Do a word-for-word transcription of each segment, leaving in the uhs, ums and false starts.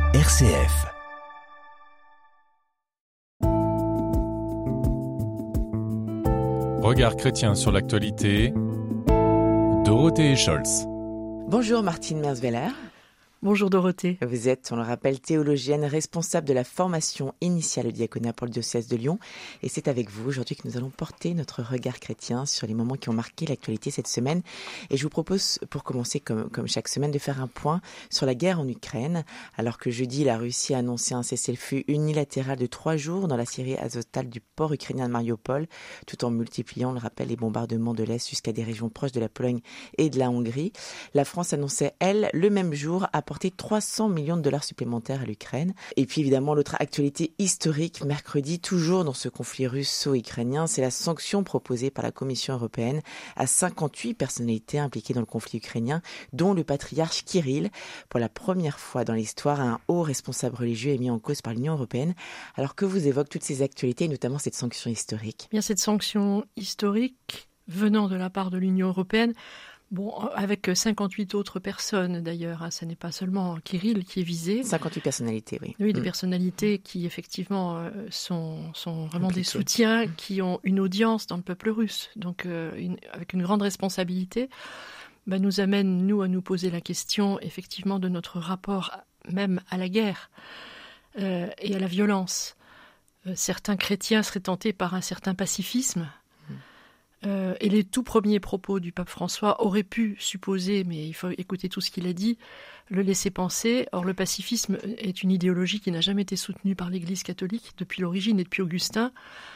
R C F. Regard chrétien sur l'actualité, Dorothée Scholz. Bonjour Martine Mersweller. Bonjour Dorothée. Vous êtes, on le rappelle, théologienne responsable de la formation initiale au diaconat pour le diocèse de Lyon. Et c'est avec vous aujourd'hui que nous allons porter notre regard chrétien sur les moments qui ont marqué l'actualité cette semaine. Et je vous propose, pour commencer, comme, comme chaque semaine, de faire un point sur la guerre en Ukraine. Alors que jeudi, la Russie a annoncé un cessez-le-feu unilatéral de trois jours dans la Syrie azotale du port ukrainien de Mariupol, tout en multipliant, on le rappelle, les bombardements de l'Est jusqu'à des régions proches de la Pologne et de la Hongrie. La France annonçait, elle, le même jour, apporter trois cents millions de dollars supplémentaires à l'Ukraine. Et puis évidemment, l'autre actualité historique, mercredi, toujours dans ce conflit russo-ukrainien, c'est la sanction proposée par la Commission européenne à cinquante-huit personnalités impliquées dans le conflit ukrainien, dont le patriarche Kirill. Pour la première fois dans l'histoire, un haut responsable religieux est mis en cause par l'Union européenne. Alors que vous évoquent toutes ces actualités, et notamment cette sanction historique? Bien, cette sanction historique venant de la part de l'Union européenne, bon, avec cinquante-huit autres personnes d'ailleurs, hein, ce n'est pas seulement Kirill qui est visé. cinquante-huit personnalités, oui. Oui, des mmh. personnalités qui effectivement euh, sont, sont vraiment Impliqué. Des soutiens, mmh. qui ont une audience dans le peuple russe, donc euh, une, avec une grande responsabilité, bah, nous amène, nous, à nous poser la question effectivement de notre rapport même à la guerre euh, et à la violence. Euh, certains chrétiens seraient tentés par un certain pacifisme. Euh, et les tout premiers propos du pape François auraient pu supposer, mais il faut écouter tout ce qu'il a dit, le laisser penser. Or, le pacifisme est une idéologie qui n'a jamais été soutenue par l'Église catholique depuis l'origine et depuis Augustin.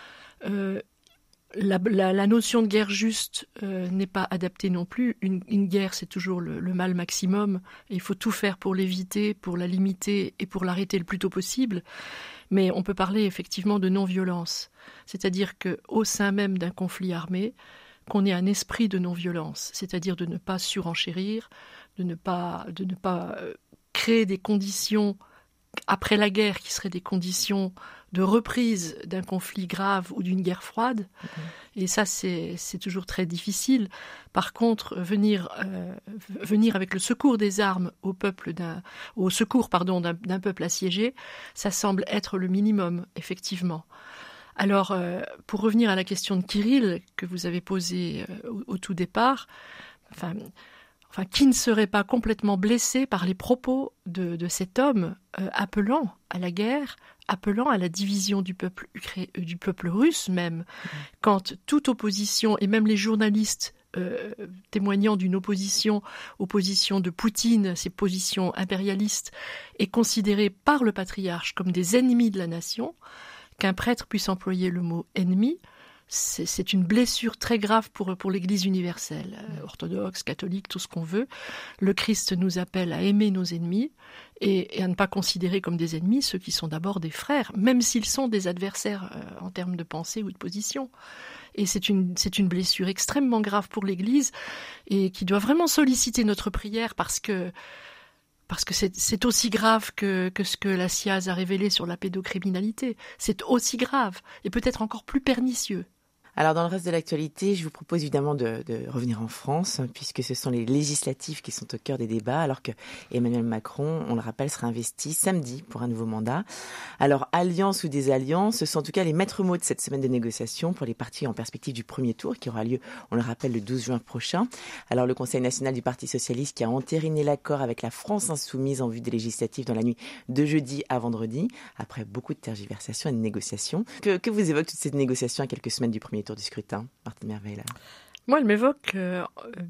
Euh, la, la, la notion de guerre juste euh, n'est pas adaptée non plus. Une, une guerre, c'est toujours le, le mal maximum. Et il faut tout faire pour l'éviter, pour la limiter et pour l'arrêter le plus tôt possible. Mais on peut parler effectivement de non-violence. C'est-à-dire qu'au sein même d'un conflit armé, qu'on ait un esprit de non-violence, c'est-à-dire de ne pas surenchérir, de ne pas, de ne pas créer des conditions après la guerre qui seraient des conditions de reprise d'un conflit grave ou d'une guerre froide. Mmh. Et ça, c'est, c'est toujours très difficile. Par contre, venir, euh, venir avec le secours des armes au, peuple d'un, au secours pardon, d'un, d'un peuple assiégé, ça semble être le minimum, effectivement. Alors, euh, pour revenir à la question de Kirill que vous avez posée euh, au, au tout départ, enfin... Enfin, qui ne serait pas complètement blessé par les propos de, de cet homme euh, appelant à la guerre, appelant à la division du peuple, ukré... du peuple russe même, mmh. quand toute opposition, et même les journalistes euh, témoignant d'une opposition, opposition de Poutine, ces positions impérialistes, est considérée par le patriarche comme des ennemis de la nation, qu'un prêtre puisse employer le mot « ennemi », C'est, c'est une blessure très grave pour, pour l'Église universelle, euh, orthodoxe, catholique, tout ce qu'on veut. Le Christ nous appelle à aimer nos ennemis et, et à ne pas considérer comme des ennemis ceux qui sont d'abord des frères, même s'ils sont des adversaires euh, en termes de pensée ou de position. Et c'est une, c'est une blessure extrêmement grave pour l'Église et qui doit vraiment solliciter notre prière parce que Parce que c'est, c'est aussi grave que, que ce que la C I A Z a révélé sur la pédocriminalité. C'est aussi grave et peut-être encore plus pernicieux. Alors dans le reste de l'actualité, je vous propose évidemment de, de revenir en France, puisque ce sont les législatives qui sont au cœur des débats, alors que Emmanuel Macron, on le rappelle, sera investi samedi pour un nouveau mandat. Alors alliance ou désalliance, ce sont en tout cas les maîtres mots de cette semaine de négociations pour les partis en perspective du premier tour, qui aura lieu, on le rappelle, le douze juin prochain. Alors le Conseil national du Parti socialiste qui a entériné l'accord avec la France insoumise en vue des législatives dans la nuit de jeudi à vendredi, après beaucoup de tergiversations et de négociations. Que, que vous évoquent toutes ces négociations à quelques semaines du premier tour du scrutin, Martine Mersweller? Moi, elle m'évoque euh,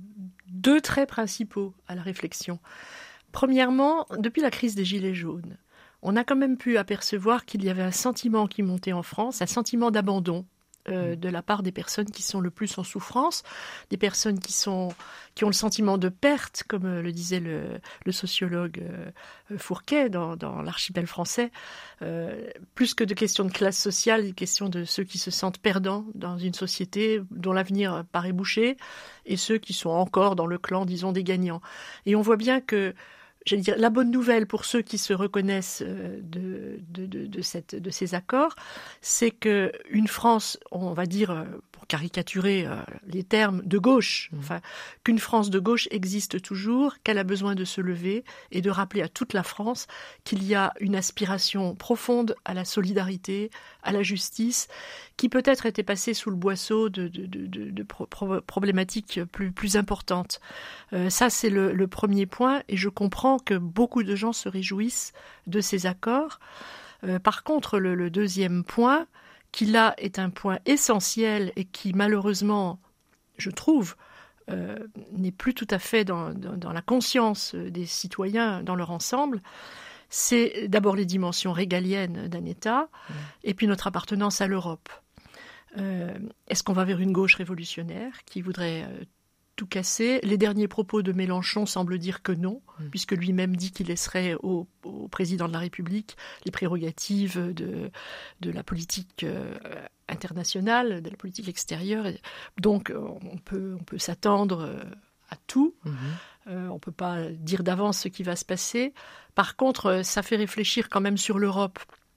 deux traits principaux à la réflexion. Premièrement, depuis la crise des Gilets jaunes, on a quand même pu apercevoir qu'il y avait un sentiment qui montait en France, un sentiment d'abandon euh, de la part des personnes qui sont le plus en souffrance, des personnes qui sont qui ont le sentiment de perte, comme euh, le disait le, le sociologue euh, Fourquet dans, dans l'Archipel français, euh, plus que de questions de classe sociale, des questions de ceux qui se sentent perdants dans une société dont l'avenir paraît bouché, et ceux qui sont encore dans le clan, disons, des gagnants. Et on voit bien que J'allais dire, la bonne nouvelle pour ceux qui se reconnaissent de, de, de, de, cette, de ces accords, c'est qu'une France, on va dire, pour caricaturer euh, les termes, de gauche, mmh. enfin, qu'une France de gauche existe toujours, qu'elle a besoin de se lever et de rappeler à toute la France qu'il y a une aspiration profonde à la solidarité, à la justice, qui peut-être était passée sous le boisseau de, de, de, de, de pro- pro- problématiques plus, plus importantes. Euh, ça, c'est le, le premier point, et je comprends que beaucoup de gens se réjouissent de ces accords. Euh, par contre, le, le deuxième point, qui là est un point essentiel et qui malheureusement, je trouve, euh, n'est plus tout à fait dans, dans, dans la conscience des citoyens dans leur ensemble, c'est d'abord les dimensions régaliennes d'un État mmh. et puis notre appartenance à l'Europe. Euh, est-ce qu'on va vers une gauche révolutionnaire qui voudrait euh, tout casser ? Les derniers propos de Mélenchon semblent dire que non, mmh. puisque lui-même dit qu'il laisserait au, au président de la République les prérogatives de, de la politique euh, internationale, de la politique extérieure. Donc on peut, on peut s'attendre à tout. Mmh. Euh, on ne peut pas dire d'avance ce qui va se passer. Par contre, ça fait réfléchir quand même sur l'Europe.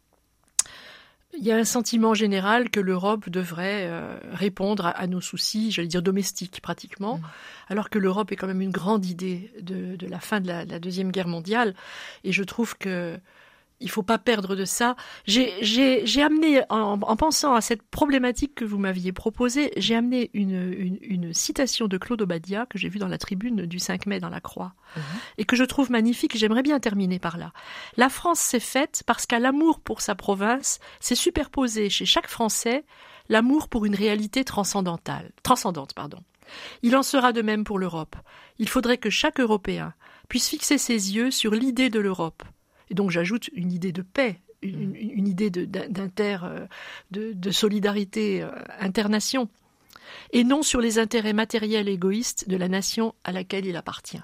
Il y a un sentiment général que l'Europe devrait euh, répondre à, à nos soucis, j'allais dire domestiques pratiquement, mmh. alors que l'Europe est quand même une grande idée de, de la fin de la, de la Deuxième Guerre mondiale. Et je trouve que il ne faut pas perdre de ça. J'ai, j'ai, j'ai amené, en, en pensant à cette problématique que vous m'aviez proposée, j'ai amené une, une, une citation de Claude Obadia que j'ai vue dans la tribune du cinq mai dans la Croix, mmh. et que je trouve magnifique. J'aimerais bien terminer par là. La France s'est faite parce qu'à l'amour pour sa province s'est superposé chez chaque Français l'amour pour une réalité transcendantale, transcendante. Pardon. Il en sera de même pour l'Europe. Il faudrait que chaque Européen puisse fixer ses yeux sur l'idée de l'Europe. Et donc j'ajoute une idée de paix, une, une, une idée de, d'inter, de, de solidarité euh, internation, et non sur les intérêts matériels égoïstes de la nation à laquelle il appartient.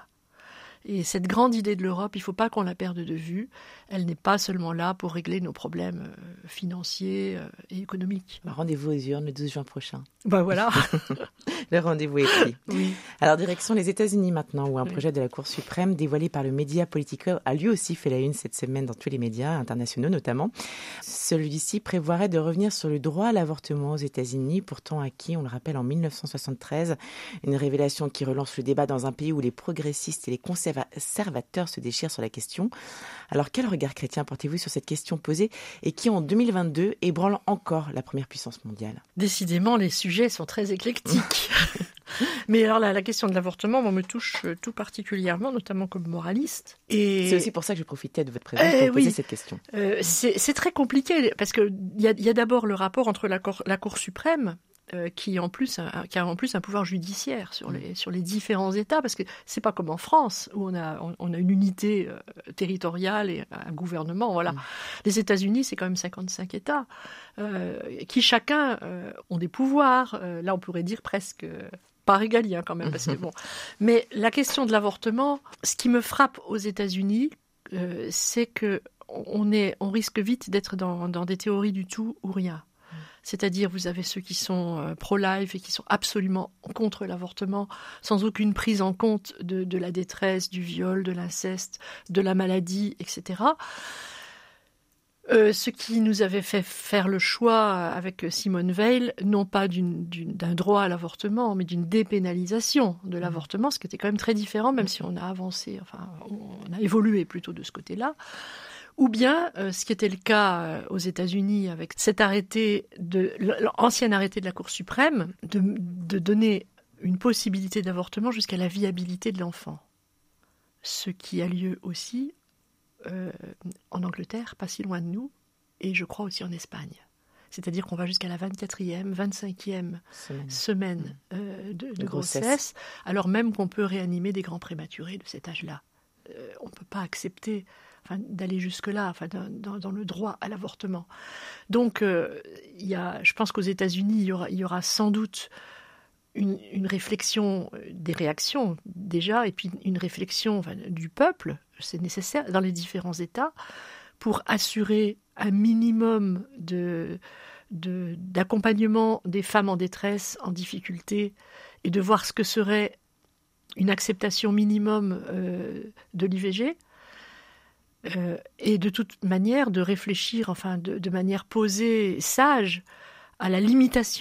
Et cette grande idée de l'Europe, il ne faut pas qu'on la perde de vue. Elle n'est pas seulement là pour régler nos problèmes euh, financiers euh, et économiques. Rendez-vous aux urnes le douze juin prochain. Ben voilà. Le rendez-vous est pris. Oui. Alors, direction les États-Unis maintenant, où un oui. projet de la Cour suprême dévoilé par le média Politico a lui aussi fait la une cette semaine dans tous les médias internationaux notamment. Celui-ci prévoirait de revenir sur le droit à l'avortement aux États-Unis, pourtant acquis, on le rappelle, en dix-neuf cent soixante-treize. Une révélation qui relance le débat dans un pays où les progressistes et les conservateurs se déchirent sur la question. Alors, quel regard chrétien portez-vous sur cette question posée et qui, en deux mille vingt-deux, ébranle encore la première puissance mondiale ? Décidément, les sujets sont très éclectiques. Mais alors, la, la question de l'avortement moi, me touche tout particulièrement, notamment comme moraliste. Et... C'est aussi pour ça que je profitais de votre présence eh, pour poser oui. cette question. Euh, c'est, c'est très compliqué, parce qu'il y a, y a d'abord le rapport entre la Cour, la Cour suprême, Euh, qui, en plus, a, qui a en plus un pouvoir judiciaire sur les, sur les différents États, parce que c'est pas comme en France, où on a, on, on a une unité euh, territoriale et un gouvernement. Voilà. Mmh. Les États-Unis, c'est quand même cinquante-cinq États, euh, qui chacun euh, ont des pouvoirs, euh, là on pourrait dire presque pas régaliens quand même, parce que bon. Mais la question de l'avortement, ce qui me frappe aux États-Unis, euh, c'est que on, est, on risque vite d'être dans, dans des théories du tout ou rien. C'est-à-dire, vous avez ceux qui sont euh, pro-life et qui sont absolument contre l'avortement, sans aucune prise en compte de, de la détresse, du viol, de l'inceste, de la maladie, et cetera. Euh, ce qui nous avait fait faire le choix avec Simone Veil, non pas d'une, d'une, d'un droit à l'avortement, mais d'une dépénalisation de l'avortement, ce qui était quand même très différent, même si on a avancé, enfin, on a évolué plutôt de ce côté-là. Ou bien, euh, ce qui était le cas euh, aux États-Unis avec cet arrêté, de, l'ancien arrêté de la Cour suprême, de, de donner une possibilité d'avortement jusqu'à la viabilité de l'enfant. Ce qui a lieu aussi euh, en Angleterre, pas si loin de nous, et je crois aussi en Espagne. C'est-à-dire qu'on va jusqu'à la vingt-quatrième, vingt-cinquième semaine, semaine euh, de, de grossesse, grossesse, alors même qu'on peut réanimer des grands prématurés de cet âge-là. Euh, on ne peut pas accepter... Enfin, d'aller jusque-là, enfin, dans, dans le droit à l'avortement. Donc, euh, y a, je pense qu'aux États-Unis, il y aura, il y aura sans doute une, une réflexion des réactions, déjà, et puis une réflexion enfin, du peuple, c'est nécessaire, dans les différents États, pour assurer un minimum de, de, d'accompagnement des femmes en détresse, en difficulté, et de voir ce que serait une acceptation minimum euh, de l'I V G. Euh, et de toute manière de réfléchir, enfin de, de manière posée, sage, à la limitation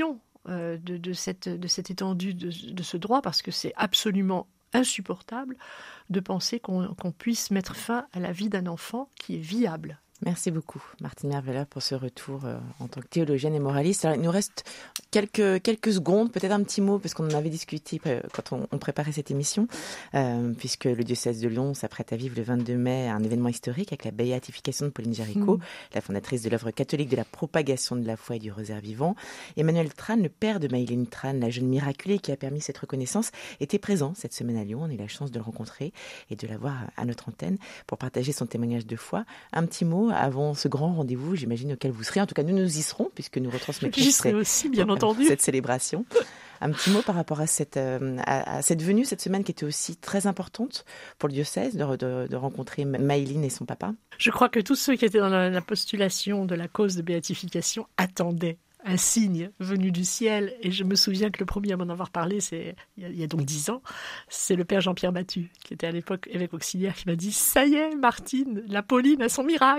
euh, de, de, cette, de cette étendue de, de ce droit, parce que c'est absolument insupportable de penser qu'on, qu'on puisse mettre fin à la vie d'un enfant qui est viable. Merci beaucoup, Martine Merveller, pour ce retour euh, en tant que théologienne et moraliste. Alors, il nous reste quelques, quelques secondes, peut-être un petit mot, parce qu'on en avait discuté euh, quand on, on préparait cette émission, euh, puisque le diocèse de Lyon s'apprête à vivre le vingt-deux mai un événement historique avec la béatification de Pauline Jaricot, mmh. la fondatrice de l'œuvre catholique de la propagation de la foi et du rosaire vivant. Emmanuel Tran, le père de Maëlyn Tran, la jeune miraculée qui a permis cette reconnaissance, était présent cette semaine à Lyon. On a eu la chance de le rencontrer et de l'avoir à notre antenne pour partager son témoignage de foi. Un petit mot avant ce grand rendez-vous, j'imagine, auquel vous serez. En tout cas, nous, nous y serons, puisque nous retransmettrons J'y serai aussi, bien euh, entendu. cette célébration. Un petit mot par rapport à cette, euh, à, à cette venue, cette semaine qui était aussi très importante pour le diocèse, de, de, de rencontrer Maëlyn et son papa. Je crois que tous ceux qui étaient dans la, la postulation de la cause de béatification attendaient un signe venu du ciel. Et je me souviens que le premier à m'en avoir parlé, c'est il y a, il y a donc dix ans, c'est le père Jean-Pierre Mathieu, qui était à l'époque évêque auxiliaire, qui m'a dit « Ça y est, Martine, la Pauline a son miracle !»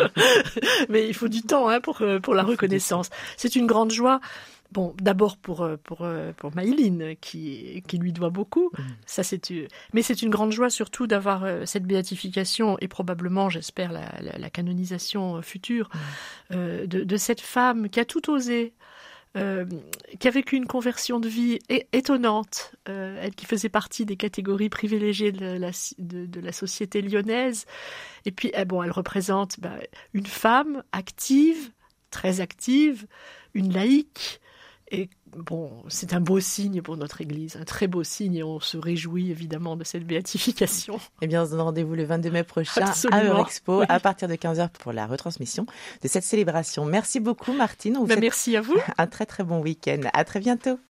Mais il faut du temps hein, pour, pour la reconnaissance. C'est une grande joie. Bon, d'abord pour pour pour Maëlyn qui qui lui doit beaucoup. Mmh. Ça c'est mais c'est une grande joie surtout d'avoir cette béatification et probablement, j'espère, la, la, la canonisation future mmh. euh, de de cette femme qui a tout osé. Euh, qui a vécu une conversion de vie é- étonnante, euh, elle qui faisait partie des catégories privilégiées de la, de, de la société lyonnaise. Et puis, eh bon, elle représente bah, une femme active, très active, une laïque. Et bon, c'est un beau signe pour notre Église, un très beau signe, et on se réjouit évidemment de cette béatification. Eh bien, on se donne rendez-vous le vingt-deux mai prochain Absolument. à Eurexpo, oui. à partir de quinze heures pour la retransmission de cette célébration. Merci beaucoup, Martine. On vous ben, souhaite merci à vous. Un très très bon week-end. À très bientôt.